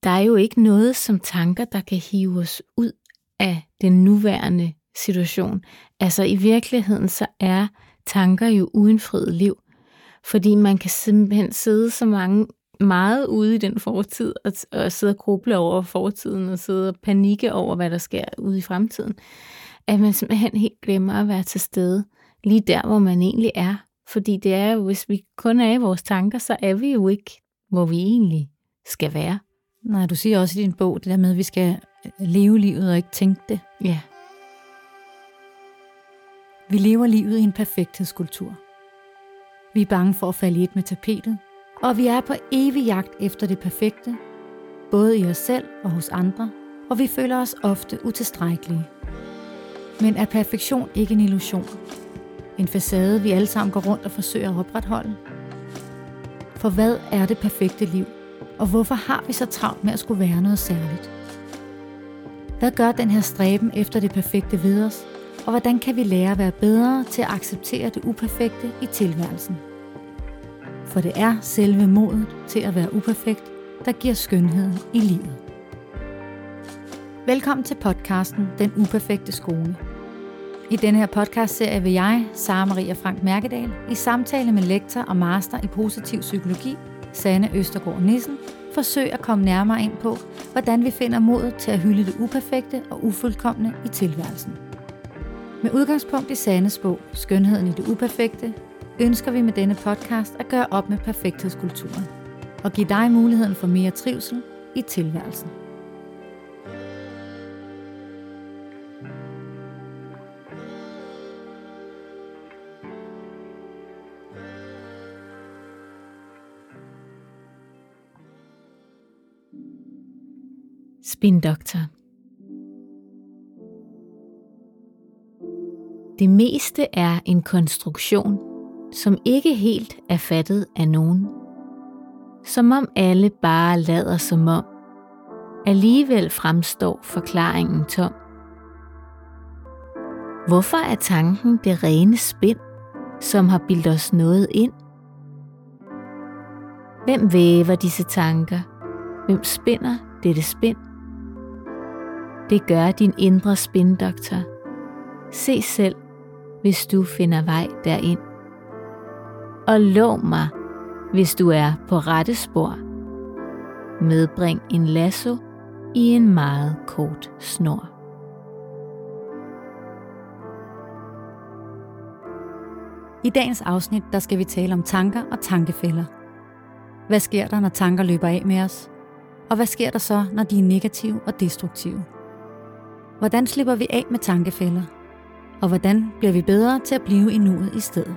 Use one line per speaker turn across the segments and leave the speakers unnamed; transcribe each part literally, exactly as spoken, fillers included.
der er jo ikke noget som tanker, der kan hive os ud af den nuværende situation. Altså i virkeligheden, så er tanker jo uindfriet liv. Fordi man kan simpelthen sidde så mange, meget ude i den fortid, og, og sidde og gruble over fortiden, og sidde og panikke over, hvad der sker ude i fremtiden. At man simpelthen helt glemmer at være til stede, lige der, hvor man egentlig er. Fordi det er jo, hvis vi kun er i vores tanker, så er vi jo ikke, hvor vi egentlig skal være.
Nej, du siger også i din bog, det der med, at vi skal leve livet og ikke tænke det.
Ja.
Vi lever livet i en perfekthedskultur. Vi er bange for at falde i et med tapetet, og vi er på evig jagt efter det perfekte, både i os selv og hos andre, og vi føler os ofte utilstrækkelige. Men er perfektion ikke en illusion? En facade, vi alle sammen går rundt og forsøger at opretholde? For hvad er det perfekte liv? Og hvorfor har vi så travlt med at skulle være noget særligt? Hvad gør den her stræben efter det perfekte ved os? Og hvordan kan vi lære at være bedre til at acceptere det uperfekte i tilværelsen? For det er selve modet til at være uperfekt, der giver skønheden i livet. Velkommen til podcasten Den Uperfekte Skole. I denne her podcastserie vil jeg, Sara Maria Frank Mærkedal, i samtale med lektor og master i positiv psykologi, Sanne Østergaard Nissen, forsøge at komme nærmere ind på, hvordan vi finder modet til at hylde det uperfekte og ufuldkomne i tilværelsen. Med udgangspunkt i Sannes bog, Skønheden i det uperfekte, ønsker vi med denne podcast at gøre op med perfekthedskulturen og give dig muligheden for mere trivsel i tilværelsen.
Spindoktor. Det meste er en konstruktion, som ikke helt er fattet af nogen. Som om alle bare lader som om. Alligevel fremstår forklaringen tom. Hvorfor er tanken det rene spind, som har bildt os noget ind? Hvem væver disse tanker? Hvem spinder dette spind? Det gør din indre spindoktor. Se selv, hvis du finder vej derind. Og lov mig, hvis du er på rette spor. Medbring en lasso i en meget kort snor.
I dagens afsnit, der skal vi tale om tanker og tankefælder. Hvad sker der, når tanker løber af med os? Og hvad sker der så, når de er negative og destruktive? Hvordan slipper vi af med tankefælder? Og hvordan bliver vi bedre til at blive i nuet i stedet?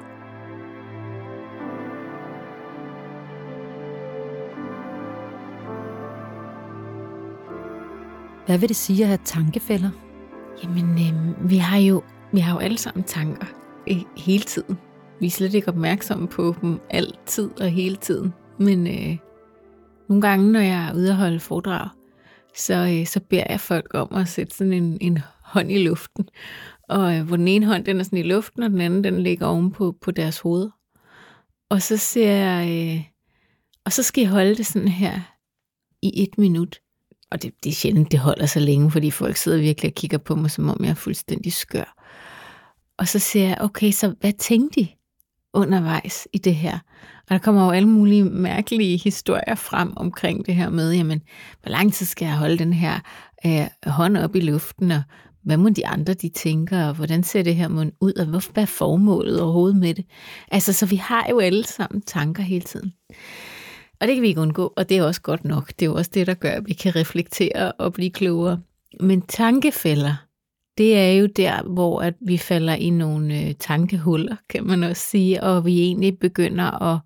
Hvad vil det sige at have tankefælder?
Jamen, øh, vi har jo vi har jo alle sammen tanker øh, hele tiden. Vi er slet ikke opmærksomme på dem altid og hele tiden. Men øh, nogle gange, når jeg er ude at holde foredrag, så, øh, så beder jeg folk om at sætte sådan en, en hånd i luften. Og øh, hvor den ene hånd den er sådan i luften, og den anden den ligger ovenpå på deres hoved. Og så siger jeg, øh, og så skal jeg holde det sådan her i et minut. Og det, det er sjældent, det holder så længe, fordi folk sidder virkelig og kigger på mig, som om jeg er fuldstændig skør. Og så siger jeg, okay, så hvad tænkte de undervejs i det her? Og der kommer jo alle mulige mærkelige historier frem omkring det her med, jamen, hvor lang tid skal jeg holde den her øh, hånd op i luften, og hvad må de andre, de tænker, og hvordan ser det her mund ud, og hvad er formålet overhovedet med det? Altså, så vi har jo alle sammen tanker hele tiden. Og det kan vi ikke undgå, og det er også godt nok. Det er jo også det, der gør, at vi kan reflektere og blive klogere. Men tankefælder, det er jo der, hvor at vi falder i nogle øh, tankehuller, kan man også sige, og vi egentlig begynder at,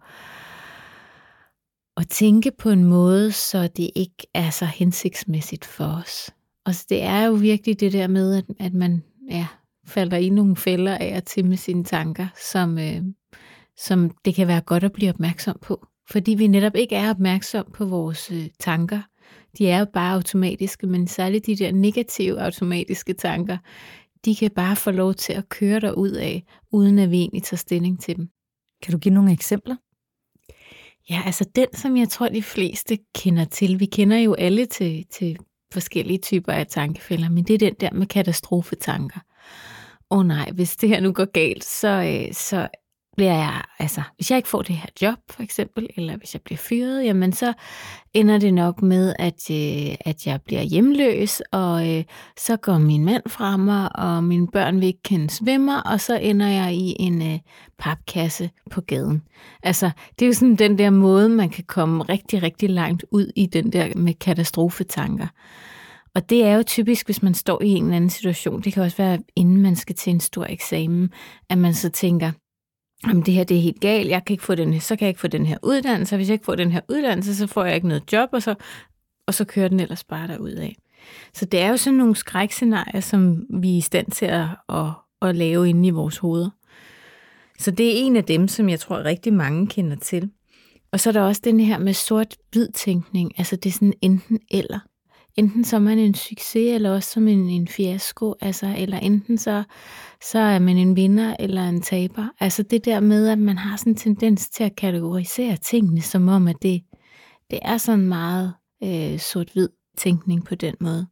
at tænke på en måde, så det ikke er så hensigtsmæssigt for os. Og så det er jo virkelig det der med, at, at man ja, falder i nogle fælder af og til med sine tanker, som, øh, som det kan være godt at blive opmærksom på. Fordi vi netop ikke er opmærksom på vores øh, tanker. De er jo bare automatiske, men særligt de der negative automatiske tanker, de kan bare få lov til at køre derud af, uden at vi egentlig tager stilling til dem.
Kan du give nogle eksempler?
Ja, altså den, som jeg tror, de fleste kender til. Vi kender jo alle til, til forskellige typer af tankefælder, men det er den der med katastrofetanker. Åh oh nej, hvis det her nu går galt, så, så bliver jeg, altså hvis jeg ikke får det her job for eksempel, eller hvis jeg bliver fyret, jamen så ender det nok med, at, at jeg bliver hjemløs, og øh, så går min mand fra mig, og mine børn vil ikke kende svømmer, og så ender jeg i en øh, papkasse på gaden. Altså, det er jo sådan den der måde, man kan komme rigtig, rigtig langt ud i den der med katastrofetanker. Og det er jo typisk, hvis man står i en eller anden situation. Det kan også være, inden man skal til en stor eksamen, at man så tænker, jamen det her det er helt galt, jeg kan ikke få den her, så kan jeg ikke få den her uddannelse, og hvis jeg ikke får den her uddannelse, så får jeg ikke noget job, og så, og så kører den ellers bare derudad. Så det er jo sådan nogle skrækscenarier, som vi er i stand til at, at, at lave inde i vores hoveder. Så det er en af dem, som jeg tror rigtig mange kender til. Og så er der også den her med sort-hvid tænkning, altså det er sådan enten eller. Enten så er man en succes, eller også som en, en fiasko, altså, eller enten så, så er man en vinder eller en taber. Altså det der med, at man har sådan en tendens til at kategorisere tingene, som om, at det, det er sådan meget øh, sort-hvid tænkning på den måde.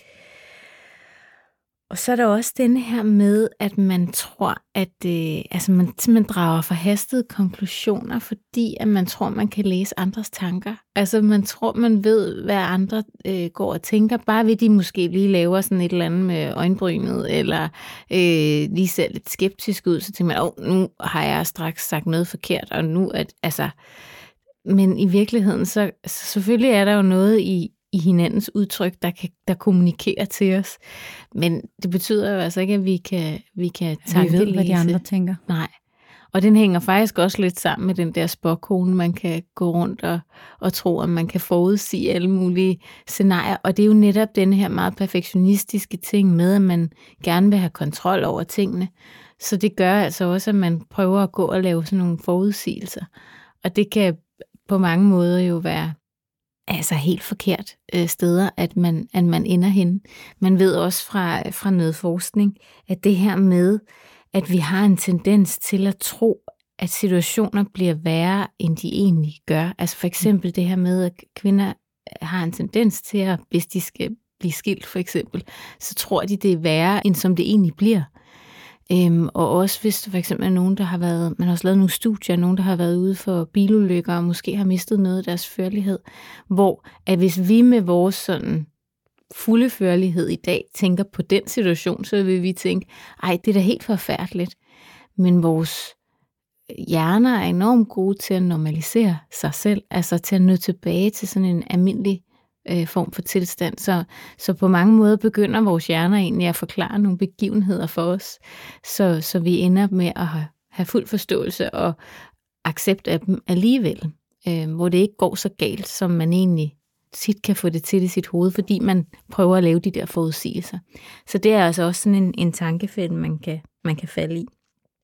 Og så er der også denne her med, at man tror, at øh, altså man simpelthen drager forhastede konklusioner, fordi at man tror, man kan læse andres tanker. Altså man tror, man ved, hvad andre øh, går og tænker, bare ved de måske lige laver sådan et eller andet med øjenbrynet, eller øh, lige ser lidt skeptisk ud, så tænker man, åh, nu har jeg straks sagt noget forkert, og nu at, altså, men i virkeligheden, så, så selvfølgelig er der jo noget i, i hinandens udtryk, der, kan, der kommunikerer til os. Men det betyder jo altså ikke, at vi kan, vi kan tankelæse.
Vi ved, hvad de andre tænker.
Nej. Og den hænger faktisk også lidt sammen med den der spåkone, man kan gå rundt og, og tro, at man kan forudsige alle mulige scenarier. Og det er jo netop den her meget perfektionistiske ting med, at man gerne vil have kontrol over tingene. Så det gør altså også, at man prøver at gå og lave sådan nogle forudsigelser. Og det kan på mange måder jo være altså helt forkert øh, steder, at man, at man ender hen. Man ved også fra, fra noget forskning, at det her med, at vi har en tendens til at tro, at situationer bliver værre, end de egentlig gør. Altså for eksempel det her med, at kvinder har en tendens til at, hvis de skal blive skilt for eksempel, så tror de, det er værre, end som det egentlig bliver. Øhm, og også hvis der for eksempel er nogen, der har været, man har også lavet nogle studier, nogen, der har været ude for bilulykker, og måske har mistet noget af deres førlighed, hvor at hvis vi med vores sådan fulde førlighed i dag tænker på den situation, så vil vi tænke, ej, det er da helt forfærdeligt. Men vores hjerner er enormt gode til at normalisere sig selv, altså til at nå tilbage til sådan en almindelig øh, form for tilstand. Så, så på mange måder begynder vores hjerner egentlig at forklare nogle begivenheder for os, så, så vi ender med at have, have fuld forståelse og accept af dem alligevel, øh, hvor det ikke går så galt, som man egentlig tit kan få det til i sit hoved, fordi man prøver at lave de der forudsigelser. Så det er altså også sådan en, en tankefælde, man kan, man kan falde i.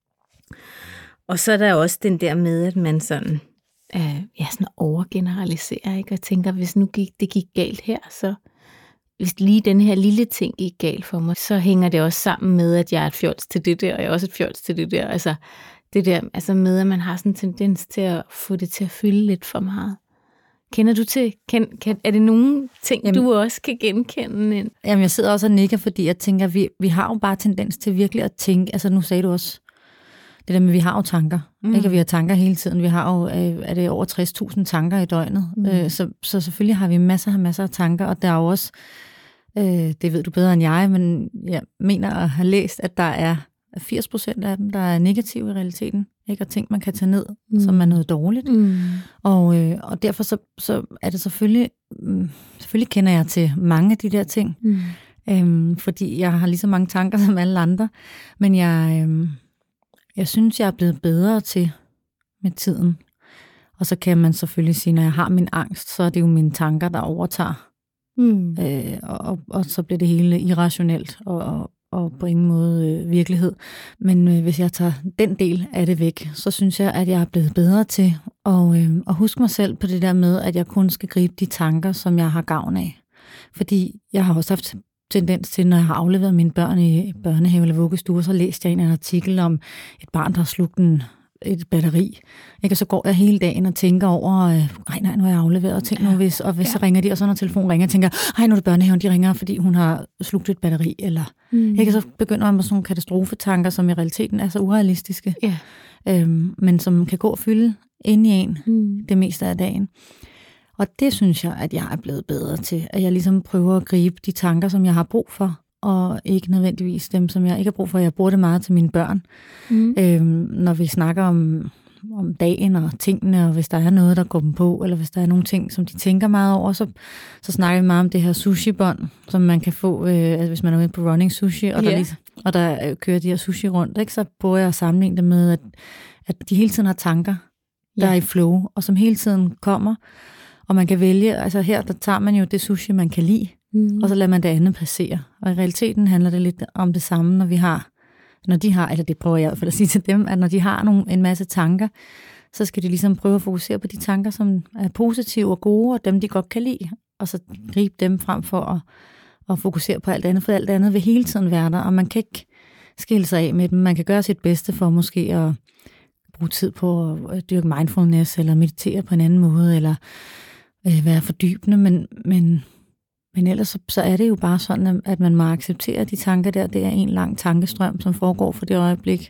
Og så er der også den der med, at man sådan, øh, ja, sådan overgeneraliserer, ikke? Og tænker, hvis nu gik, det gik galt her, så hvis lige den her lille ting gik galt for mig, så hænger det også sammen med, at jeg er et fjols til det der, og jeg er også et fjols til det der. Altså det der altså med, at man har sådan en tendens til at få det til at fylde lidt for meget. Kender du til, kan, kan, er det nogle ting, jamen, du også kan genkende?
Jamen, jeg sidder også og nikker, fordi jeg tænker, vi, vi har jo bare tendens til virkelig at tænke, altså nu sagde du også, det der med, vi har jo tanker, mm. ikke? Vi har tanker hele tiden, vi har jo, er det over tres tusind tanker i døgnet, mm. så, så selvfølgelig har vi masser og masser af tanker, og der er jo også, øh, det ved du bedre end jeg, men jeg mener at have læst, at der er firs procent af dem, der er negative i realiteten, ikke? Og ting, man kan tage ned, mm. som er noget dårligt. Mm. Og, øh, og derfor så, så er det selvfølgelig, øh, selvfølgelig kender jeg til mange af de der ting, mm. øhm, fordi jeg har lige så mange tanker som alle andre, men jeg, øh, jeg synes, jeg er blevet bedre til med tiden. Og så kan man selvfølgelig sige, når jeg har min angst, så er det jo mine tanker, der overtager. Mm. Øh, og, og så bliver det hele irrationelt og, og og på ingen måde øh, virkelighed. Men øh, hvis jeg tager den del af det væk, så synes jeg, at jeg er blevet bedre til at, øh, at huske mig selv på det der med, at jeg kun skal gribe de tanker, som jeg har gavn af. Fordi jeg har også haft tendens til, når jeg har afleveret mine børn i børnehave eller vuggestue, så læste jeg en artikel om et barn, der har slugt en et batteri. Ikke? Og så går jeg hele dagen og tænker over, øh, nej, nej, nu har jeg afleveret, og tænk nu, hvis, og hvis ja. så ringer de, og så når telefonen ringer, tænker jeg, nu er det børnehaven, de ringer, fordi hun har slugt et batteri, eller mm. ikke? Så begynder man med sådan nogle katastrofetanker, som i realiteten er så urealistiske, ja. øhm, men som kan gå og fylde ind i en mm. det meste af dagen. Og det synes jeg, at jeg er blevet bedre til, at jeg ligesom prøver at gribe de tanker, som jeg har brug for, og ikke nødvendigvis dem, som jeg ikke har brug for. Jeg bruger det meget til mine børn. Mm. Øhm, når vi snakker om, om dagen og tingene, og hvis der er noget, der går dem på, eller hvis der er nogle ting, som de tænker meget over, så, så snakker vi meget om det her sushi-bånd, som man kan få, øh, altså hvis man er ude på running sushi, og, yeah. der, ligesom, og der øh, kører de her sushi rundt, ikke? Så prøver jeg at sammenligne det med, at, at de hele tiden har tanker, der yeah. er i flow, og som hele tiden kommer, og man kan vælge, altså her, der tager man jo det sushi, man kan lide, mm. og så lader man det andet passere. Og i realiteten handler det lidt om det samme, når vi har, når de har, eller det prøver jeg i hvert fald at sige til dem, at når de har nogle, en masse tanker, så skal de ligesom prøve at fokusere på de tanker, som er positive og gode, og dem, de godt kan lide, og så gribe dem frem for at, at fokusere på alt andet, for alt andet vil hele tiden være der, og man kan ikke skille sig af med dem. Man kan gøre sit bedste for måske at bruge tid på at dyrke mindfulness, eller meditere på en anden måde, eller øh, være fordybende, men, men, men ellers så, så er det jo bare sådan, at man må acceptere de tanker der. Det er en lang tankestrøm, som foregår for det øjeblik,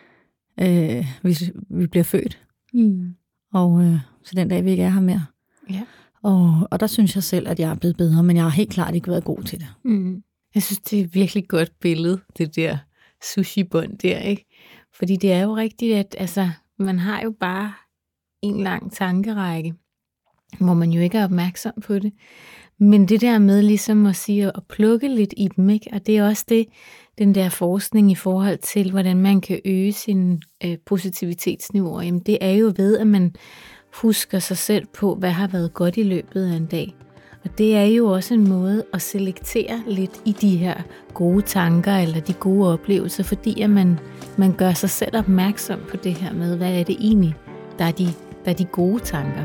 øh, hvis vi bliver født. Mm. Og øh, så den dag, vi ikke er her mere. Ja. Og, og der synes jeg selv, at jeg er blevet bedre, men jeg har helt klart ikke været god til det.
Mm. Jeg synes, det er et virkelig godt billede, det der sushi-bånd der, ikke? Fordi det er jo rigtigt, at altså, man har jo bare en lang tankerække, hvor man jo ikke er opmærksom på det. Men det der med ligesom at sige at plukke lidt i dem, ikke? Og det er også det, den der forskning i forhold til, hvordan man kan øge sin øh, positivitetsniveau. Jamen det er jo ved, at man husker sig selv på, hvad har været godt i løbet af en dag. Og det er jo også en måde at selektere lidt i de her gode tanker eller de gode oplevelser, fordi at man, man gør sig selv opmærksom på det her med, hvad er det egentlig, der er de, der er de gode tanker.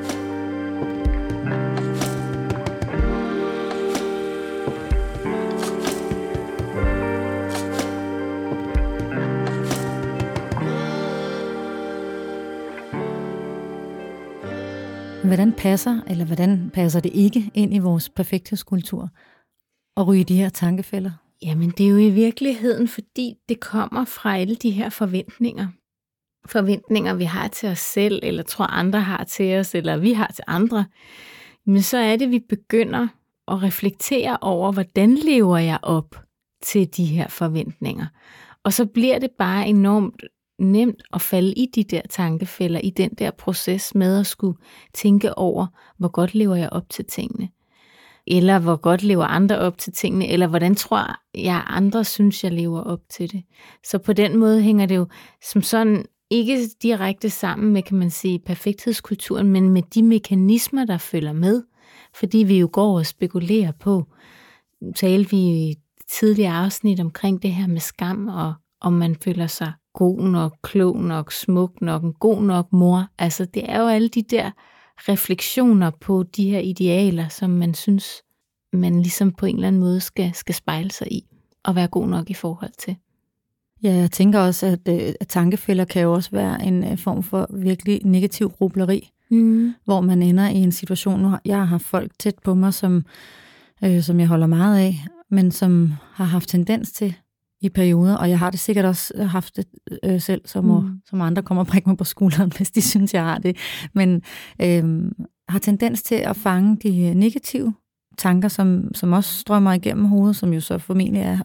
Hvordan passer, eller hvordan passer det ikke ind i vores perfekthedskultur at ryge de her tankefælder?
Jamen det er jo i virkeligheden, fordi det kommer fra alle de her forventninger. Forventninger, vi har til os selv, eller tror andre har til os, eller vi har til andre. Men så er det, at vi begynder at reflektere over, hvordan lever jeg op til de her forventninger. Og så bliver det bare enormt nemt at falde i de der tankefælder, i den der proces med at skulle tænke over, hvor godt lever jeg op til tingene. Eller hvor godt lever andre op til tingene, eller hvordan tror jeg, andre synes, jeg lever op til det. Så på den måde hænger det jo som sådan ikke direkte sammen med, kan man sige, perfekthedskulturen, men med de mekanismer, der følger med. Fordi vi jo går og spekulerer på, talte vi i tidligere afsnit omkring det her med skam, og om man føler sig god nok, klog nok, smuk nok, en god nok mor. Altså det er jo alle de der refleksioner på de her idealer, som man synes, man ligesom på en eller anden måde skal, skal spejle sig i, og være god nok i forhold til.
Ja, jeg tænker også, at, at tankefælder kan jo også være en form for virkelig negativ grubleri, mm. hvor man ender i en situation. Nu jeg har haft folk tæt på mig, som, øh, som jeg holder meget af, men som har haft tendens til i perioder, og jeg har det sikkert også haft det øh, selv, som, mm. og, som andre kommer og prikker mig på skulderen, hvis de synes, jeg har det, men øh, har tendens til at fange de negative tanker, som, som også strømmer igennem hovedet, som jo så formentlig er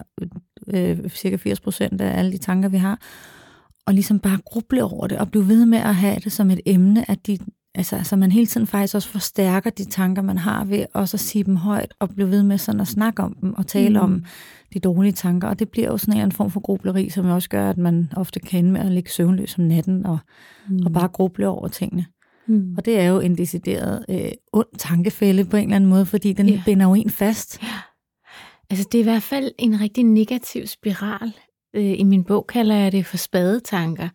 øh, cirka firs procent af alle de tanker, vi har, og ligesom bare gruble over det, og blive ved med at have det som et emne, at de, altså, altså man hele tiden faktisk også forstærker de tanker, man har, ved også at sige dem højt, og blive ved med sådan at snakke om dem, og tale mm. om de dårlige tanker, og det bliver jo sådan en form for grubleri, som også gør, at man ofte kan ende med at ligge søvnløs om natten, og, mm. og bare gruble over tingene. Mm. Og det er jo en decideret øh, ond tankefælde på en eller anden måde, fordi den yeah. binder jo en fast.
Ja. Altså det er i hvert fald en rigtig negativ spiral. Øh, I min bog kalder jeg det for spadetanker,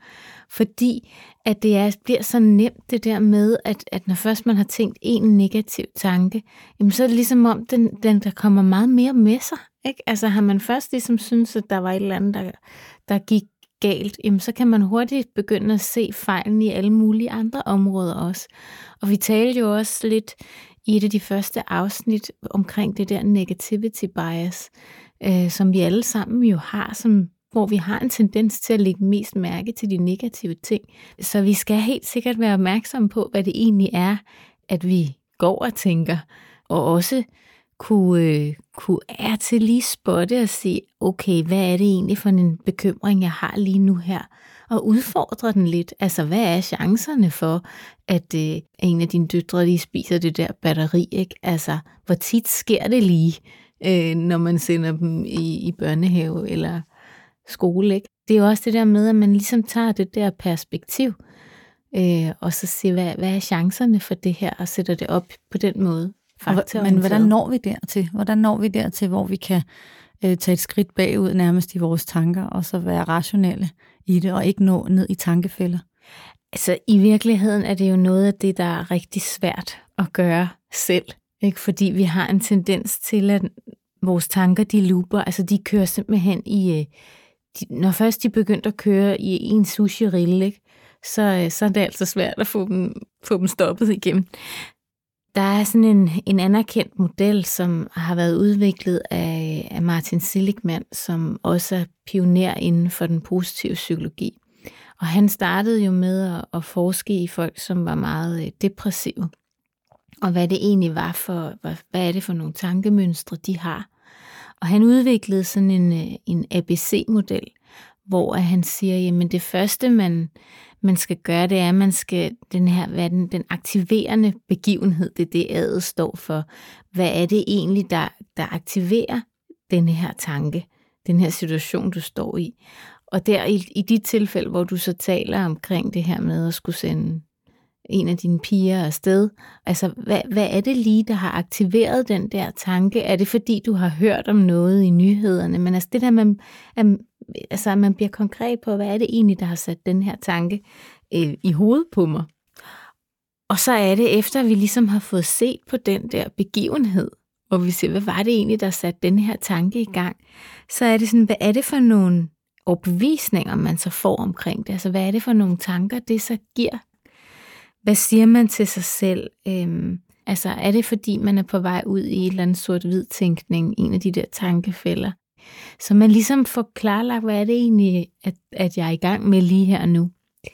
fordi at det er, bliver så nemt det der med, at, at når først man har tænkt en negativ tanke, jamen så er det ligesom om, den, den der kommer meget mere med sig. Ikke? Altså har man først ligesom synes, at der var et eller andet, der, der gik galt, jamen så kan man hurtigt begynde at se fejlen i alle mulige andre områder også. Og vi talte jo også lidt i et af de første afsnit omkring det der negativity bias, øh, som vi alle sammen jo har, som, hvor vi har en tendens til at lægge mest mærke til de negative ting. Så vi skal helt sikkert være opmærksomme på, hvad det egentlig er, at vi går og tænker, og også kunne, øh, kunne er til lige spotte og sige, okay, hvad er det egentlig for en bekymring, jeg har lige nu her? Og udfordre den lidt. Altså, hvad er chancerne for, at øh, en af dine døtre lige spiser det der batteri, ikke? Altså, hvor tit sker det lige, øh, når man sender dem i, i børnehave eller skole, ikke? Det er jo også det der med, at man ligesom tager det der perspektiv, øh, og så siger, hvad, hvad er chancerne for det her, og sætter det op på den måde.
Men hvordan når vi dertil? Hvordan når vi dertil, hvor vi kan øh, tage et skridt bagud nærmest i vores tanker, og så være rationelle i det, og ikke nå ned i tankefælder?
Altså i virkeligheden er det jo noget af det, der er rigtig svært at gøre selv, ikke? Fordi vi har en tendens til, at vores tanker, de looper, altså de kører simpelthen i, de, når først de begynder at køre i en sushi-rille, ikke? Så, så er det altså svært at få dem, få dem stoppet igen. Der er sådan en, en anerkendt model, som har været udviklet af, af Martin Seligman, som også er pioner inden for den positive psykologi. Og han startede jo med at, at forske i folk, som var meget depressive. Og hvad det egentlig var for, hvad, hvad er det for nogle tankemønstre, de har. Og han udviklede sådan en, en A B C-model, hvor han siger, jamen det første, man... man skal gøre, det er, at man skal, den her, hvad den, den aktiverende begivenhed, det er det, A'et står for. Hvad er det egentlig, der, der aktiverer den her tanke, den her situation, du står i? Og der i, i de tilfælde, hvor du så taler omkring det her med at skulle sende en af dine piger afsted, altså hvad, hvad er det lige, der har aktiveret den der tanke? Er det fordi, du har hørt om noget i nyhederne? Men altså det der, man, altså, man bliver konkret på, hvad er det egentlig, der har sat den her tanke øh, i hovedet på mig? Og så er det efter, vi ligesom har fået set på den der begivenhed, hvor vi ser, hvad var det egentlig, der satte den her tanke i gang? Så er det sådan, hvad er det for nogle overbevisninger, man så får omkring det? Altså hvad er det for nogle tanker, det så giver? Hvad siger man til sig selv? Øhm, altså er det fordi, man er på vej ud i et eller andet sort-hvid tænkning, en af de der tankefælder? Så man ligesom får klarlagt, hvad er det egentlig, at, at jeg er i gang med lige her nu?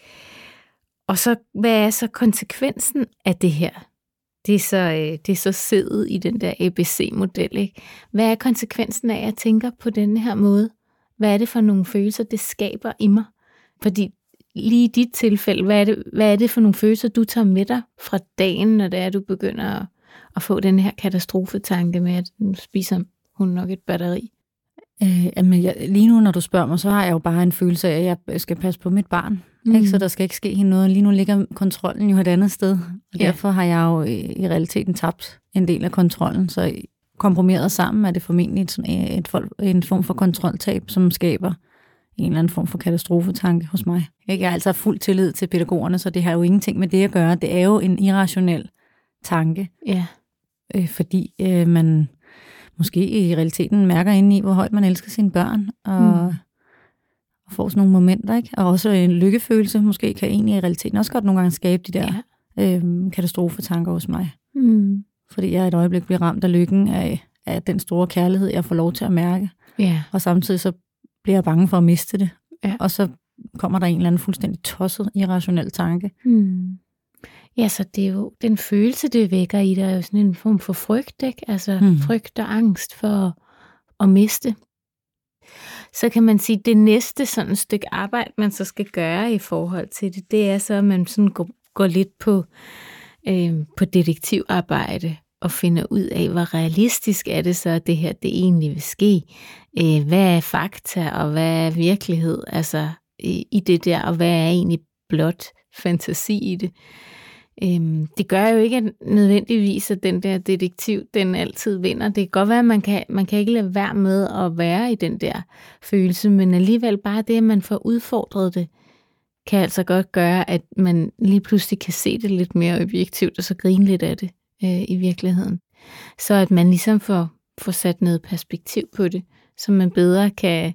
Og så, hvad er så konsekvensen af det her? Det er så, øh, det er så siddet i den der A B C-model, ikke? Hvad er konsekvensen af, at jeg tænker på den her måde? Hvad er det for nogle følelser, det skaber i mig? Fordi lige i dit tilfælde, hvad er, det, hvad er det for nogle følelser, du tager med dig fra dagen, når det er, du begynder at, at få den her katastrofetanke med, at nu spiser hun nok et batteri?
Øh, jamen, jeg, lige nu, når du spørger mig, så har jeg jo bare en følelse af, at jeg skal passe på mit barn. Mm. Ikke? Så der skal ikke ske hende noget. Lige nu ligger kontrollen jo et andet sted. Og ja. Derfor har jeg jo i, i realiteten tabt en del af kontrollen. Så komprimeret sammen er det formentlig et, et, et, en form for kontroltab, som skaber en eller anden form for katastrofetanke hos mig. Jeg har altså fuld tillid til pædagogerne, så det har jo ingenting med det at gøre. Det er jo en irrationel tanke.
Ja.
Øh, fordi øh, man måske i realiteten mærker inde i, hvor højt man elsker sine børn, og, mm. og får sådan nogle momenter, ikke? Og også en lykkefølelse måske kan egentlig i realiteten også godt nogle gange skabe de der ja. øh, katastrofetanker hos mig. Mm. Fordi jeg et øjeblik bliver ramt af lykken af, af den store kærlighed, jeg får lov til at mærke. Ja. Og samtidig så bliver jeg bange for at miste det. Ja. Og så kommer der en eller anden fuldstændig tosset, irrationel tanke.
Mm. Ja, så det er jo den følelse, det vækker i dig, er jo sådan en form for frygt, ikke? Altså mm. frygt og angst for at, at miste. Så kan man sige, at det næste sådan stykke arbejde, man så skal gøre i forhold til det, det er så, at man sådan går, går lidt på, øh, på detektivarbejde og finder ud af, hvor realistisk er det så, at det her det egentlig vil ske. Øh, hvad er fakta, og hvad er virkelighed altså, i, i det der, og hvad er egentlig blot fantasi i det. Øhm, det gør jo ikke nødvendigvis, at den der detektiv, den altid vinder. Det kan godt være, at man kan, man kan ikke lade være med at være i den der følelse, men alligevel bare det, at man får udfordret det, kan altså godt gøre, at man lige pludselig kan se det lidt mere objektivt, og så grine lidt af det øh, i virkeligheden. Så at man ligesom får, får sat noget perspektiv på det, så man bedre kan,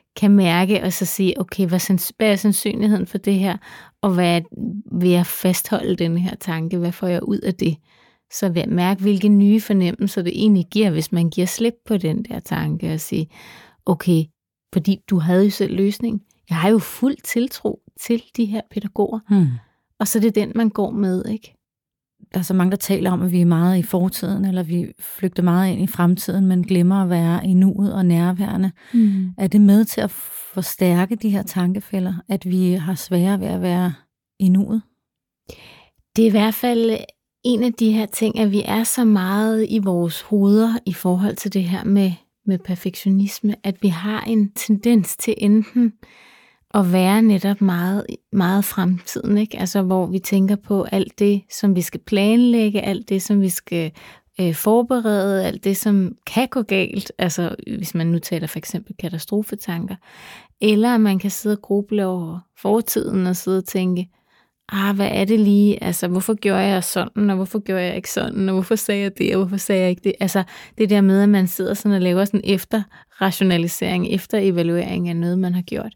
kan mærke og så sige, okay, hvad er sandsynligheden for det her, og hvad vil jeg fastholde den her tanke, hvad får jeg ud af det? Så vil jeg mærke, hvilke nye fornemmelser det egentlig giver, hvis man giver slip på den der tanke og sige, okay, fordi du havde jo selv løsning. Jeg har jo fuld tiltro til de her pædagoger, hmm. og så er det den, man går med, ikke?
Der er så mange, der taler om, at vi er meget i fortiden, eller vi flygter meget ind i fremtiden, men glemmer at være i nuet og nærværende. Mm. Er det med til at forstærke de her tankefælder, at vi har sværere ved at være i nuet?
Det er i hvert fald en af de her ting, at vi er så meget i vores hoveder i forhold til det her med, med perfektionisme, at vi har en tendens til enten at være netop meget, meget fremtiden, ikke? Altså hvor vi tænker på alt det, som vi skal planlægge, alt det, som vi skal øh, forberede, alt det, som kan gå galt, altså hvis man nu taler for eksempel katastrofetanker, eller man kan sidde og gruble over fortiden og sidde og tænke, ah, hvad er det lige, altså hvorfor gjorde jeg sådan, og hvorfor gjorde jeg ikke sådan, og hvorfor sagde jeg det, og hvorfor sagde jeg ikke det, altså det der med, at man sidder sådan og laver sådan efter rationalisering, efter evaluering af noget, man har gjort.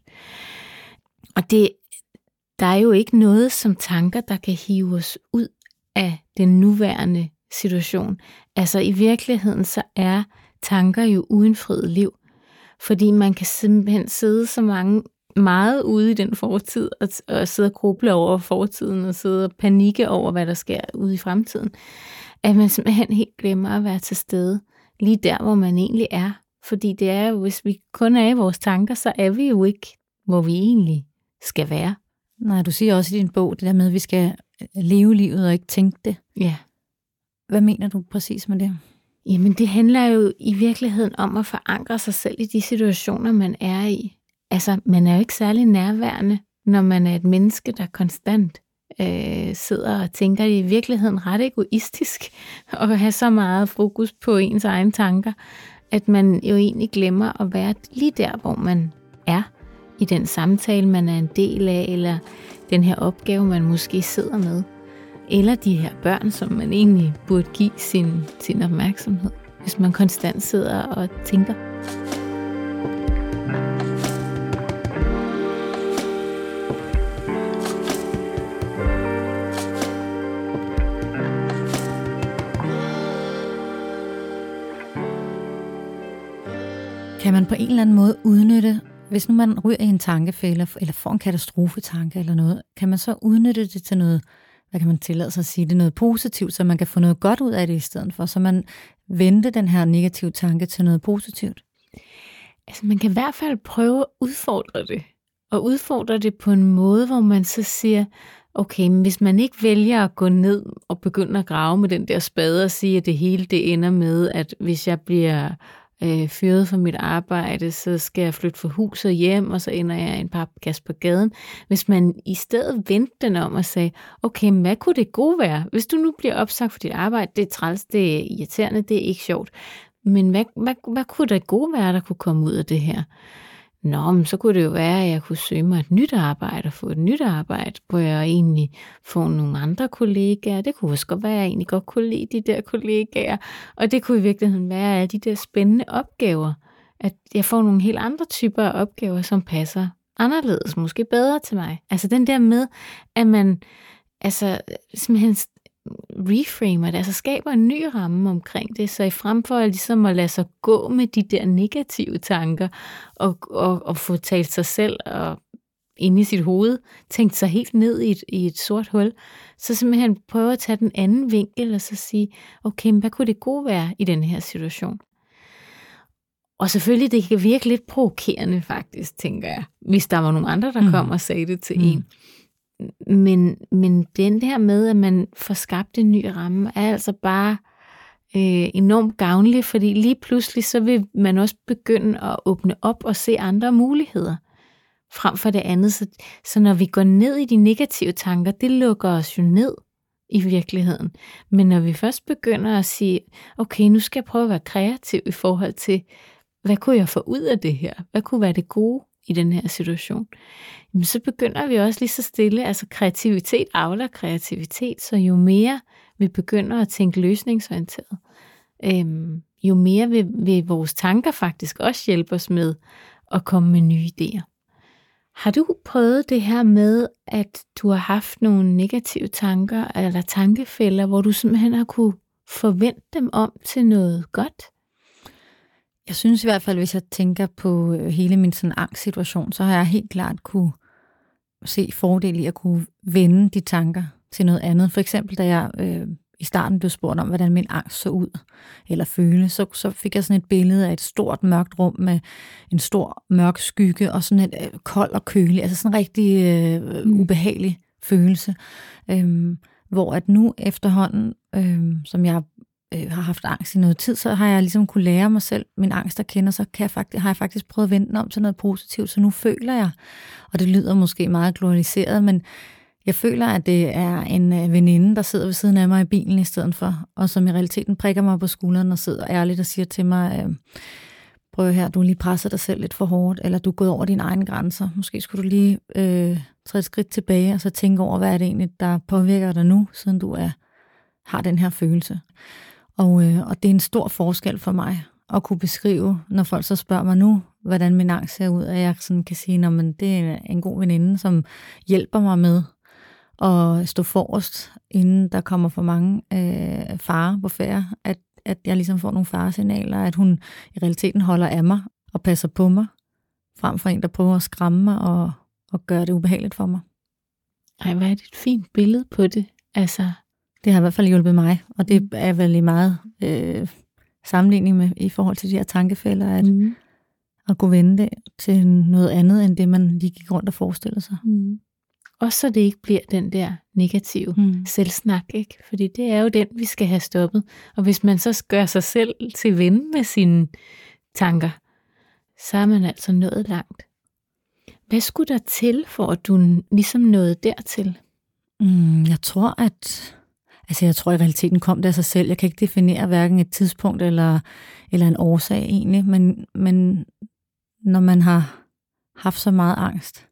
Og det, der er jo ikke noget som tanker, der kan hive os ud af den nuværende situation. Altså i virkeligheden, så er tanker jo uindfriet liv. Fordi man kan simpelthen sidde så mange, meget ude i den fortid, og, og sidde og gruble over fortiden, og sidde og panikke over, hvad der sker ude i fremtiden. At man simpelthen helt glemmer at være til stede, lige der, hvor man egentlig er. Fordi det er jo, hvis vi kun er i vores tanker, så er vi jo ikke, hvor vi egentlig skal være.
Nej, du siger også i din bog, det der med, at vi skal leve livet og ikke tænke det.
Ja.
Hvad mener du præcis med det?
Jamen, det handler jo i virkeligheden om at forankre sig selv i de situationer, man er i. Altså, man er jo ikke særlig nærværende, når man er et menneske, der konstant øh, sidder og tænker, det er i virkeligheden ret egoistisk at have så meget fokus på ens egne tanker, at man jo egentlig glemmer at være lige der, hvor man er, i den samtale, man er en del af, eller den her opgave, man måske sidder med, eller de her børn, som man egentlig burde give sin, sin opmærksomhed, hvis man konstant sidder og tænker.
Kan man på en eller anden måde udnytte, hvis nu man ryger i en tankefælde, eller får en katastrofetanke eller noget, kan man så udnytte det til noget, hvad kan man tillade sig at sige, det er noget positivt, så man kan få noget godt ud af det i stedet for, så man vender den her negative tanke til noget positivt?
Altså man kan i hvert fald prøve at udfordre det, og udfordre det på en måde, hvor man så siger, okay, men hvis man ikke vælger at gå ned og begynde at grave med den der spade og sige, at det hele det ender med, at hvis jeg bliver øh, fyret fra mit arbejde, så skal jeg flytte fra hus og hjem, og så ender jeg i en papkasse på gaden. Hvis man i stedet vendte den om og sagde, okay, men hvad kunne det gode være? Hvis du nu bliver opsagt for dit arbejde, det er træls, det er irriterende, det er ikke sjovt. Men hvad, hvad, hvad kunne det gode være, der kunne komme ud af det her? Nå, men så kunne det jo være, at jeg kunne søge mig et nyt arbejde og få et nyt arbejde, hvor jeg egentlig får nogle andre kollegaer. Det kunne også godt være, at jeg egentlig godt kunne lide de der kollegaer. Og det kunne i virkeligheden være alle de der spændende opgaver. At jeg får nogle helt andre typer af opgaver, som passer anderledes, måske bedre til mig. Altså den der med, at man altså simpelthen reframer det, altså skaber en ny ramme omkring det, så i frem for ligesom at lade sig gå med de der negative tanker, og, og, og få talt sig selv og inde i sit hoved, tænkt sig helt ned i et, i et sort hul, så simpelthen prøve at tage den anden vinkel, og så sige, okay, men hvad kunne det gode være i den her situation? Og selvfølgelig, det kan virke lidt provokerende faktisk, tænker jeg, hvis der var nogle andre, der mm. kom og sagde det til mm. en. Men, men den der med, at man får skabt en ny ramme, er altså bare øh, enormt gavnlig, fordi lige pludselig så vil man også begynde at åbne op og se andre muligheder frem for det andet. Så, så når vi går ned i de negative tanker, det lukker os jo ned i virkeligheden. Men når vi først begynder at sige, okay, nu skal jeg prøve at være kreativ i forhold til, hvad kunne jeg få ud af det her? Hvad kunne være det gode i den her situation? Jamen, så begynder vi også lige så stille, altså kreativitet avler kreativitet, så jo mere vi begynder at tænke løsningsorienteret, øhm, jo mere vil, vil vores tanker faktisk også hjælpe os med og komme med nye idéer. Har du prøvet det her med, at du har haft nogle negative tanker eller tankefælder, hvor du simpelthen har kunne forvente dem om til noget godt?
Jeg synes i hvert fald, hvis jeg tænker på hele min sådan angstsituation, så har jeg helt klart kunne se fordel i at kunne vende de tanker til noget andet. For eksempel, da jeg øh, i starten blev spurgt om, hvordan min angst så ud eller føles, så, så fik jeg sådan et billede af et stort mørkt rum med en stor mørk skygge og sådan et øh, kold og kølig, altså sådan en rigtig øh, ubehagelig følelse. Øhm, hvor at nu efterhånden, øh, som jeg øh, har haft angst i noget tid, så har jeg ligesom kunne lære mig selv min angst at kende, og så kan jeg faktisk, har jeg faktisk prøvet at vende den om til noget positivt, så nu føler jeg, og det lyder måske meget glorificeret, men jeg føler, at det er en veninde, der sidder ved siden af mig i bilen i stedet for, og som i realiteten prikker mig på skulderen og sidder ærligt og siger til mig, øh, prøv her, du lige presser dig selv lidt for hårdt, eller du er gået over dine egne grænser. Måske skulle du lige øh, træde et skridt tilbage, og så tænke over, hvad er det egentlig, der påvirker dig nu, siden du er, har den her følelse. Og, øh, og det er en stor forskel for mig at kunne beskrive, når folk så spørger mig nu, hvordan min angst ser ud, at jeg sådan kan sige, at det er en god veninde, som hjælper mig med og stå forrest, inden der kommer for mange øh, farer på færde, at, at jeg ligesom får nogle faresignaler, at hun i realiteten holder af mig og passer på mig, frem for en, der prøver at skræmme mig og, og gøre det ubehageligt for mig.
Ej, hvad er det et fint billede på det? Altså,
det har i hvert fald hjulpet mig, og det er vel i meget øh, sammenligning med i forhold til de her tankefælder, at, mm. at kunne vende det til noget andet, end det man lige gik rundt og forestillede sig.
Mm. Også så det ikke bliver den der negative mm. selvsnak, ikke? Fordi det er jo den, vi skal have stoppet. Og hvis man så gør sig selv til ven med sine tanker, så er man altså nået langt. Hvad skulle der til, for at du ligesom nåede dertil?
Mm, jeg tror, at... Altså jeg tror i realiteten kom det af sig selv. Jeg kan ikke definere hverken et tidspunkt eller, eller en årsag egentlig. Men, men når man har haft så meget angst,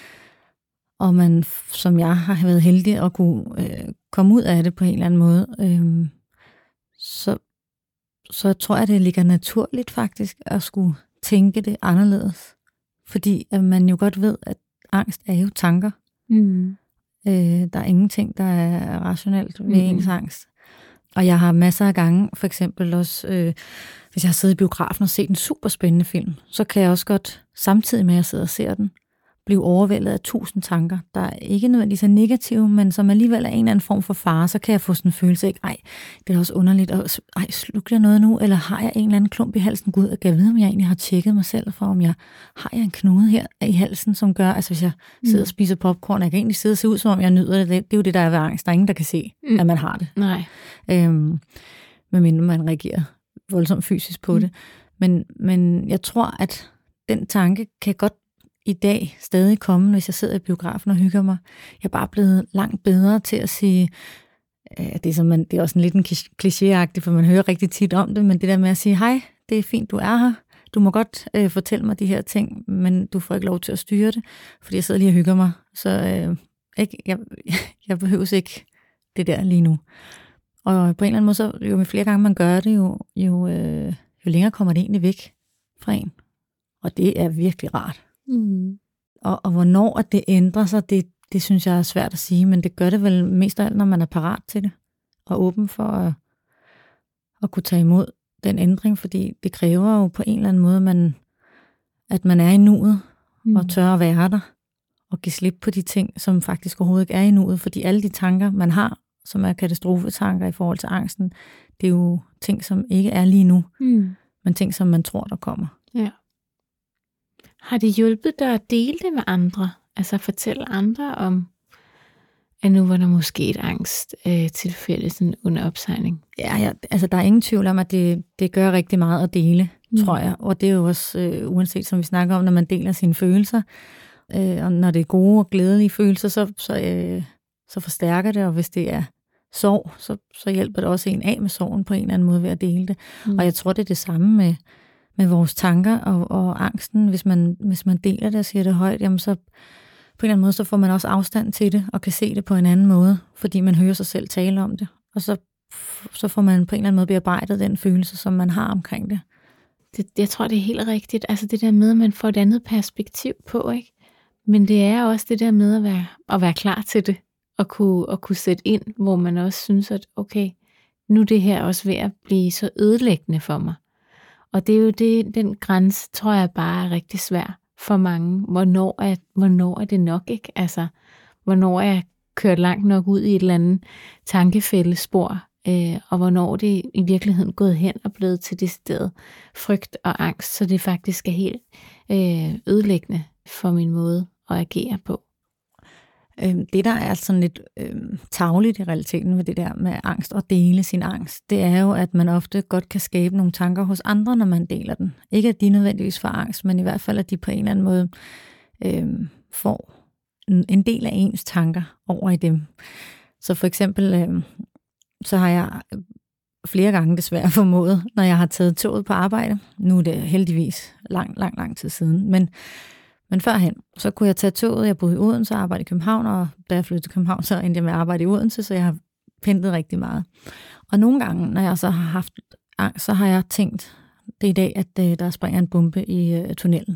og man, som jeg har været heldig at kunne øh, komme ud af det på en eller anden måde, øh, så, så tror jeg, det ligger naturligt faktisk at skulle tænke det anderledes. Fordi at man jo godt ved, at angst er jo tanker. Mm. Øh, der er ingenting, der er rationelt ved mm. ens angst. Og jeg har masser af gange, for eksempel også, øh, hvis jeg har siddet i biografen og set en super spændende film, så kan jeg også godt, samtidig med at jeg sidder og ser den, blive overvældet af tusind tanker, der er ikke nødvendigvis er negative, men som alligevel er en eller anden form for fare, så kan jeg få sådan en følelse af, ej, det er også underligt, og ej, slukker jeg noget nu, eller har jeg en eller anden klump i halsen? Gud, jeg kan vide, om jeg egentlig har tjekket mig selv for, om jeg har jeg en knude her i halsen, som gør, altså hvis jeg sidder og spiser popcorn, jeg kan egentlig sidde og se ud, som om jeg nyder det. Det er jo det, der er ved angst. Der er ingen, der kan se, mm. at man har det.
Nej.
Øhm, medmindre man reagerer voldsomt fysisk på mm. det. Men, men jeg tror, at den tanke kan godt i dag stadig komme, hvis jeg sidder i biografen og hygger mig. Jeg er bare blevet langt bedre til at sige, øh, det, er som man, det er også en lidt en klichéagtigt, for man hører rigtig tit om det, men det der med at sige, hej, det er fint, du er her. Du må godt øh, fortælle mig de her ting, men du får ikke lov til at styre det, fordi jeg sidder lige og hygger mig. Så øh, ikke, jeg, jeg behøver ikke det der lige nu. Og på en eller anden måde, så jo flere gange man gør det, jo, jo, øh, jo længere kommer det egentlig væk fra en. Og det er virkelig rart. Mm. Og, og hvornår at det ændrer sig, det, det synes jeg er svært at sige, men det gør det vel mest af alt, når man er parat til det, og åben for at, at kunne tage imod den ændring, fordi det kræver jo på en eller anden måde, man, at man er i nuet, mm. og tør at være der, og give slip på de ting, som faktisk overhovedet ikke er i nuet, fordi alle de tanker, man har, som er katastrofetanker i forhold til angsten, det er jo ting, som ikke er lige nu, mm. men ting, som man tror, der kommer.
Ja. Har det hjulpet dig at dele det med andre? Altså fortælle andre om, at nu var der måske et angsttilfælde øh, sådan under opsejling?
Ja, ja, altså der er ingen tvivl om, at det, det gør rigtig meget at dele, mm. tror jeg. Og det er jo også, øh, uanset som vi snakker om, når man deler sine følelser, øh, og når det er gode og glædelige følelser, så, så, øh, så forstærker det, og hvis det er sorg, så, så hjælper det også en af med sorgen på en eller anden måde ved at dele det. Mm. Og jeg tror, det er det samme med med vores tanker og, og angsten, hvis man, hvis man deler det og siger det højt, jamen så på en eller anden måde, så får man også afstand til det, og kan se det på en anden måde, fordi man hører sig selv tale om det, og så, så får man på en eller anden måde bearbejdet den følelse, som man har omkring det.
Det, jeg tror, det er helt rigtigt. Altså det der med, at man får et andet perspektiv på, ikke? Men det er også det der med at være, at være klar til det, og kunne, at kunne sætte ind, hvor man også synes, at okay, nu er det her også ved at blive så ødelæggende for mig. Og det er jo det, den grænse, tror jeg bare er rigtig svær for mange. Hvornår er, hvornår er det nok, ikke? Altså, hvornår er jeg kørt langt nok ud i et eller andet tankefællespor, øh, og hvornår det i virkeligheden gået hen og blevet til det sted frygt og angst, så det faktisk er helt øh, ødelæggende for min måde at agere på.
Det, der er sådan lidt øh, tarveligt i realiteten ved det der med angst og dele sin angst, det er jo, at man ofte godt kan skabe nogle tanker hos andre, når man deler den. Ikke at de nødvendigvis får angst, men i hvert fald, at de på en eller anden måde øh, får en del af ens tanker over i dem. Så for eksempel, øh, så har jeg flere gange desværre formået, når jeg har taget toget på arbejde. Nu er det heldigvis lang, lang, lang tid siden, men Men førhen, så kunne jeg tage toget. Jeg boede i Odense og arbejdede i København, og da jeg flyttede til København, så endte jeg med at arbejde i Odense, så jeg har pendlet rigtig meget. Og nogle gange, når jeg så har haft angst, så har jeg tænkt, det er i dag, at øh, der springer en bombe i øh, tunnelen.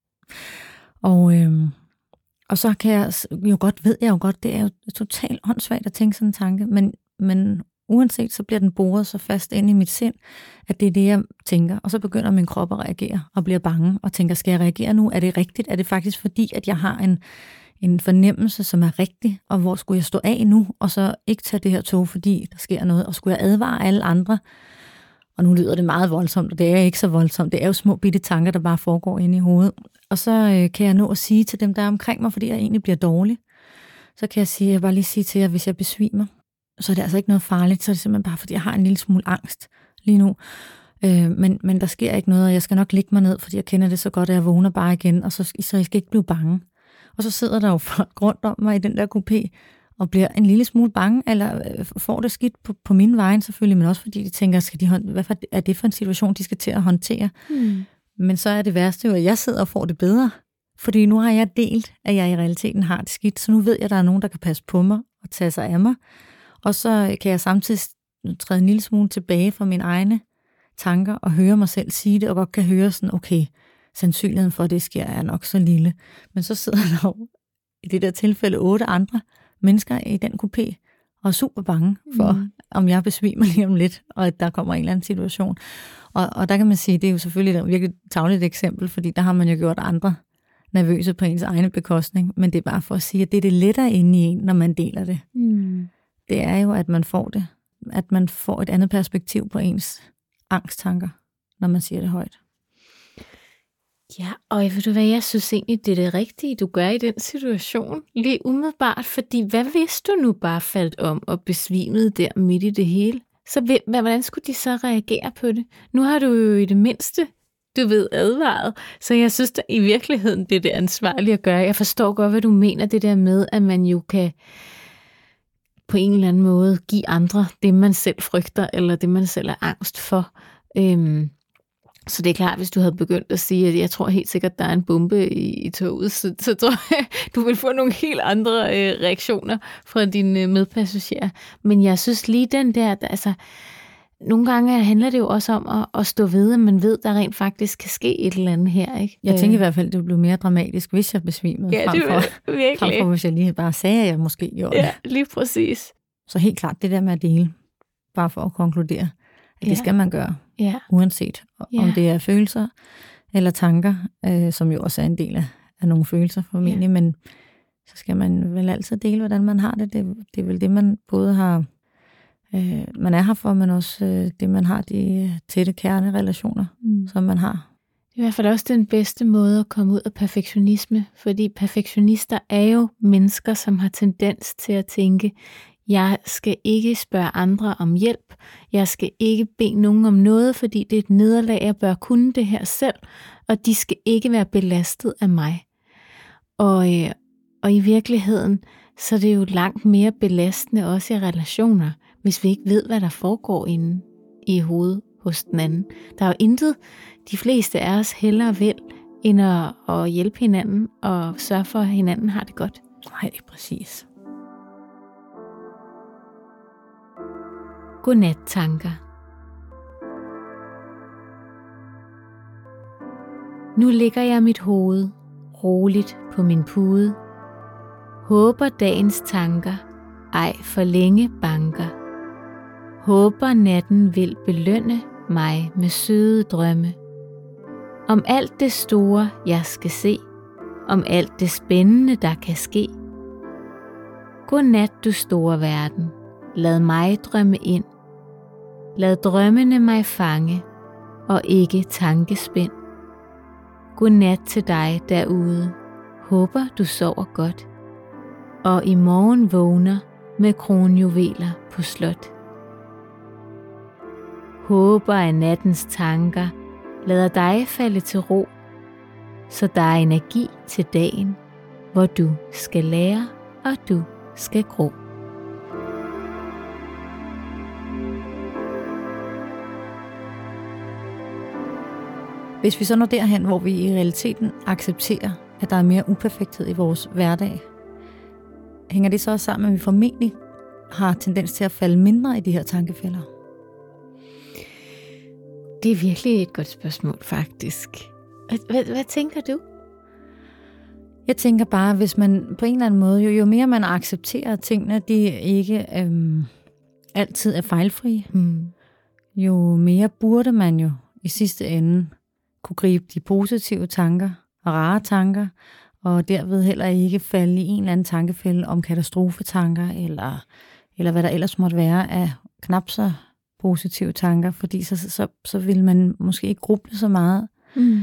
Og, øh, og så kan jeg jo godt, ved jeg jo godt, det er jo totalt åndssvagt at tænke sådan en tanke, men, men uanset, så bliver den boret så fast inde i mit sind, at det er det, jeg tænker. Og så begynder min krop at reagere og bliver bange og tænker, skal jeg reagere nu? Er det rigtigt? Er det faktisk fordi, at jeg har en, en fornemmelse, som er rigtig? Og hvor skulle jeg stå af nu? Og så ikke tage det her tog, fordi der sker noget? Og skulle jeg advare alle andre? Og nu lyder det meget voldsomt, og det er ikke så voldsomt. Det er jo små bitte tanker, der bare foregår inde i hovedet. Og så øh, kan jeg nå at sige til dem, der er omkring mig, fordi jeg egentlig bliver dårlig. Så kan jeg sige, jeg bare lige sige til jer, hvis jeg besvimer, så er det altså ikke noget farligt, så er det simpelthen bare, fordi jeg har en lille smule angst lige nu. Øh, men, men der sker ikke noget, og jeg skal nok ligge mig ned, fordi jeg kender det så godt, at jeg vågner bare igen, og så, så jeg skal ikke blive bange. Og så sidder der jo folk rundt om mig i den der kupé, og bliver en lille smule bange, eller får det skidt på, på min vejen selvfølgelig, men også fordi de tænker, skal de, hvad er det for en situation, de skal til at håndtere? Mm. Men så er det værste jo, at jeg sidder og får det bedre, fordi nu har jeg delt, at jeg i realiteten har det skidt, så nu ved jeg, at der er nogen, der kan passe på mig og tage sig af mig. Og så kan jeg samtidig træde en lille smule tilbage fra mine egne tanker og høre mig selv sige det, og godt kan høre sådan, okay, sandsynligheden for, at det sker, er nok så lille. Men så sidder der jo i det der tilfælde otte andre mennesker i den kupé og er super bange for, mm. om jeg besvimer lige om lidt, og at der kommer en eller anden situation. Og, og der kan man sige, det er jo selvfølgelig et virkelig tarveligt eksempel, fordi der har man jo gjort andre nervøse på ens egne bekostning, men det er bare for at sige, at det er det lettere inde i en, når man deler det. Mm. Det er jo, at man får det. At man får et andet perspektiv på ens angsttanker, når man siger det højt.
Ja, og ved du hvad, jeg synes egentlig, det er det rigtige, du gør i den situation. Lige umiddelbart, fordi hvad hvis du nu bare faldt om og besvimede der midt i det hele? Så hvordan skulle de så reagere på det? Nu har du jo i det mindste, du ved, advaret. Så jeg synes da i virkeligheden, det er det ansvarlige at gøre. Jeg forstår godt, hvad du mener, det der med, at man jo kan på en eller anden måde give andre det, man selv frygter, eller det, man selv er angst for. Øhm, så det er klart, hvis du havde begyndt at sige, at jeg tror helt sikkert, der er en bombe i, i toget, så, så tror jeg, du vil få nogle helt andre øh, reaktioner fra dine øh, medpassagerer. Men jeg synes lige den der, der, altså, nogle gange handler det jo også om at, at stå ved, at man ved, der rent faktisk kan ske et eller andet her, ikke?
Jeg tænker i hvert fald, det ville blive mere dramatisk, hvis jeg besvimede,
ja, det
frem for,
virkelig.
frem for, hvis jeg lige bare sagde, at jeg måske gjorde det.
Ja, lige præcis.
Så helt klart, det der med at dele, bare for at konkludere, at ja. Det skal man gøre, ja. Uanset om ja. Det er følelser eller tanker, øh, som jo også er en del af, af nogle følelser formentlig, ja. Men så skal man vel altid dele, hvordan man har det. Det, det er vel det, man både har, øh, man er her for, men også øh, det, man har, de tætte kernerelationer, mm. som man har.
Det er i hvert fald også den bedste måde at komme ud af perfektionisme, fordi perfektionister er jo mennesker, som har tendens til at tænke, jeg skal ikke spørge andre om hjælp, jeg skal ikke bede nogen om noget, fordi det er et nederlag, jeg bør kunne det her selv, og de skal ikke være belastet af mig. Og, øh, og i virkeligheden, så er det jo langt mere belastende også i relationer, hvis vi ikke ved, hvad der foregår inde i hovedet hos den anden. Der er jo intet, de fleste af os hellere vil, end at, at hjælpe hinanden og sørge for, at hinanden har det godt.
Nej, præcis.
Godnat tanker. Nu ligger jeg mit hoved roligt på min pude. Håber dagens tanker ej for længe banker. Håber natten vil belønne mig med søde drømme. Om alt det store jeg skal se, om alt det spændende der kan ske. Godnat du store verden, lad mig drømme ind. Lad drømmene mig fange, og ikke tankespind. Godnat til dig derude, håber du sover godt, og i morgen vågner med kronjuveler på slot. Håber at nattens tanker lader dig falde til ro, så der er energi til dagen, hvor du skal lære og du skal gro.
Hvis vi så når derhen, hvor vi i realiteten accepterer, at der er mere uperfekthed i vores hverdag, hænger det så også sammen med, at vi formentlig har tendens til at falde mindre i de her tankefælder?
Det er virkelig et godt spørgsmål, faktisk. Hvad, hvad, hvad tænker du?
Jeg tænker bare, hvis man på en eller anden måde, jo, jo mere man accepterer tingene, de ikke øhm, altid er fejlfrie, mm. jo mere burde man jo i sidste ende kunne gribe de positive tanker og rare tanker, og derved heller ikke falde i en eller anden tankefælde om katastrofetanker, eller, eller hvad der ellers måtte være af knap så positive tanker, fordi så, så, så vil man måske ikke gruble så meget mm.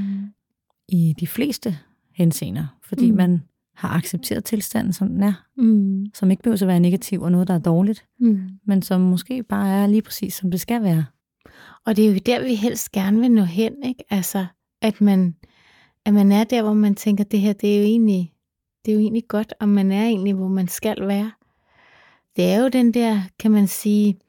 i de fleste henseender, fordi mm. man har accepteret tilstanden, som den er, mm. som ikke behøver at være negativ og noget, der er dårligt, mm. men som måske bare er lige præcis, som det skal være.
Og det er jo der, vi helst gerne vil nå hen, ikke? Altså, at man, at man er der, hvor man tænker, det her, det er jo egentlig, det er jo egentlig godt, og man er egentlig, hvor man skal være. Det er jo den der, kan man sige,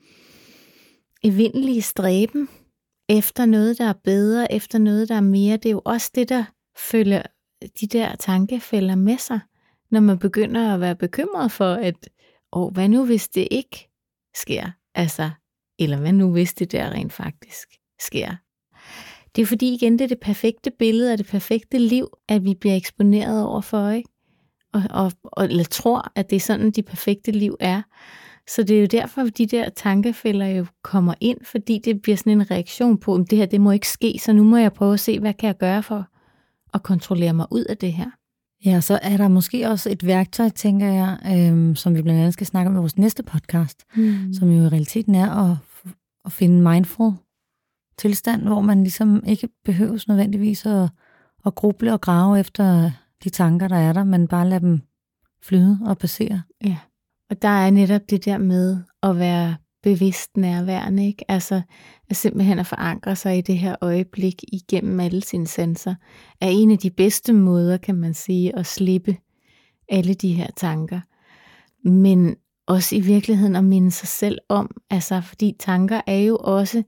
evindelige stræben efter noget, der er bedre, efter noget, der er mere. Det er jo også det, der følger de der tankefælder med sig, når man begynder at være bekymret for, at åh, hvad nu hvis det ikke sker? Altså, eller hvad nu hvis det der rent faktisk sker? Det er fordi igen, det er det perfekte billede af det perfekte liv, at vi bliver eksponeret overfor, ikke? Og, og, og eller tror, at det er sådan, de perfekte liv er. Så det er jo derfor, at de der tankefælder jo kommer ind, fordi det bliver sådan en reaktion på, at det her, det må ikke ske, så nu må jeg prøve at se, hvad kan jeg gøre for at kontrollere mig ud af det her.
Ja, så er der måske også et værktøj, tænker jeg, øhm, som vi blandt andet skal snakke om i vores næste podcast, mm. som jo i realiteten er at, at finde mindful tilstand, hvor man ligesom ikke behøves nødvendigvis at, at gruble og grave efter de tanker, der er der, men bare lade dem flyde og passere.
Ja, og der er netop det der med at være bevidst nærværende, ikke? Altså at simpelthen at forankre sig i det her øjeblik igennem alle sine sanser, er en af de bedste måder, kan man sige, at slippe alle de her tanker. Men også i virkeligheden at minde sig selv om, altså fordi tanker er jo også,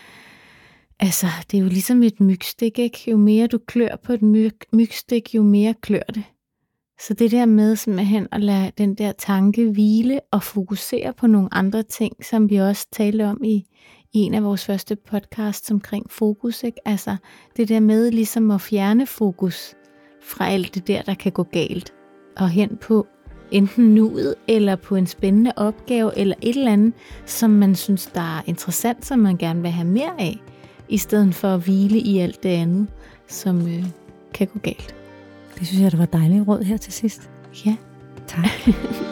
altså det er jo ligesom et mygstik, ikke? Jo mere du klør på et myg, mygstik, jo mere klør det. Så det der med simpelthen at lade den der tanke hvile og fokusere på nogle andre ting, som vi også talte om i, i en af vores første podcasts omkring fokus, ikke? Altså det der med ligesom at fjerne fokus fra alt det der, der kan gå galt, og hen på enten nuet, eller på en spændende opgave, eller et eller andet, som man synes, der er interessant, som man gerne vil have mere af, i stedet for at hvile i alt det andet, som øh, kan gå galt.
Det synes jeg, det var dejligt råd her til sidst.
Ja.
Tak.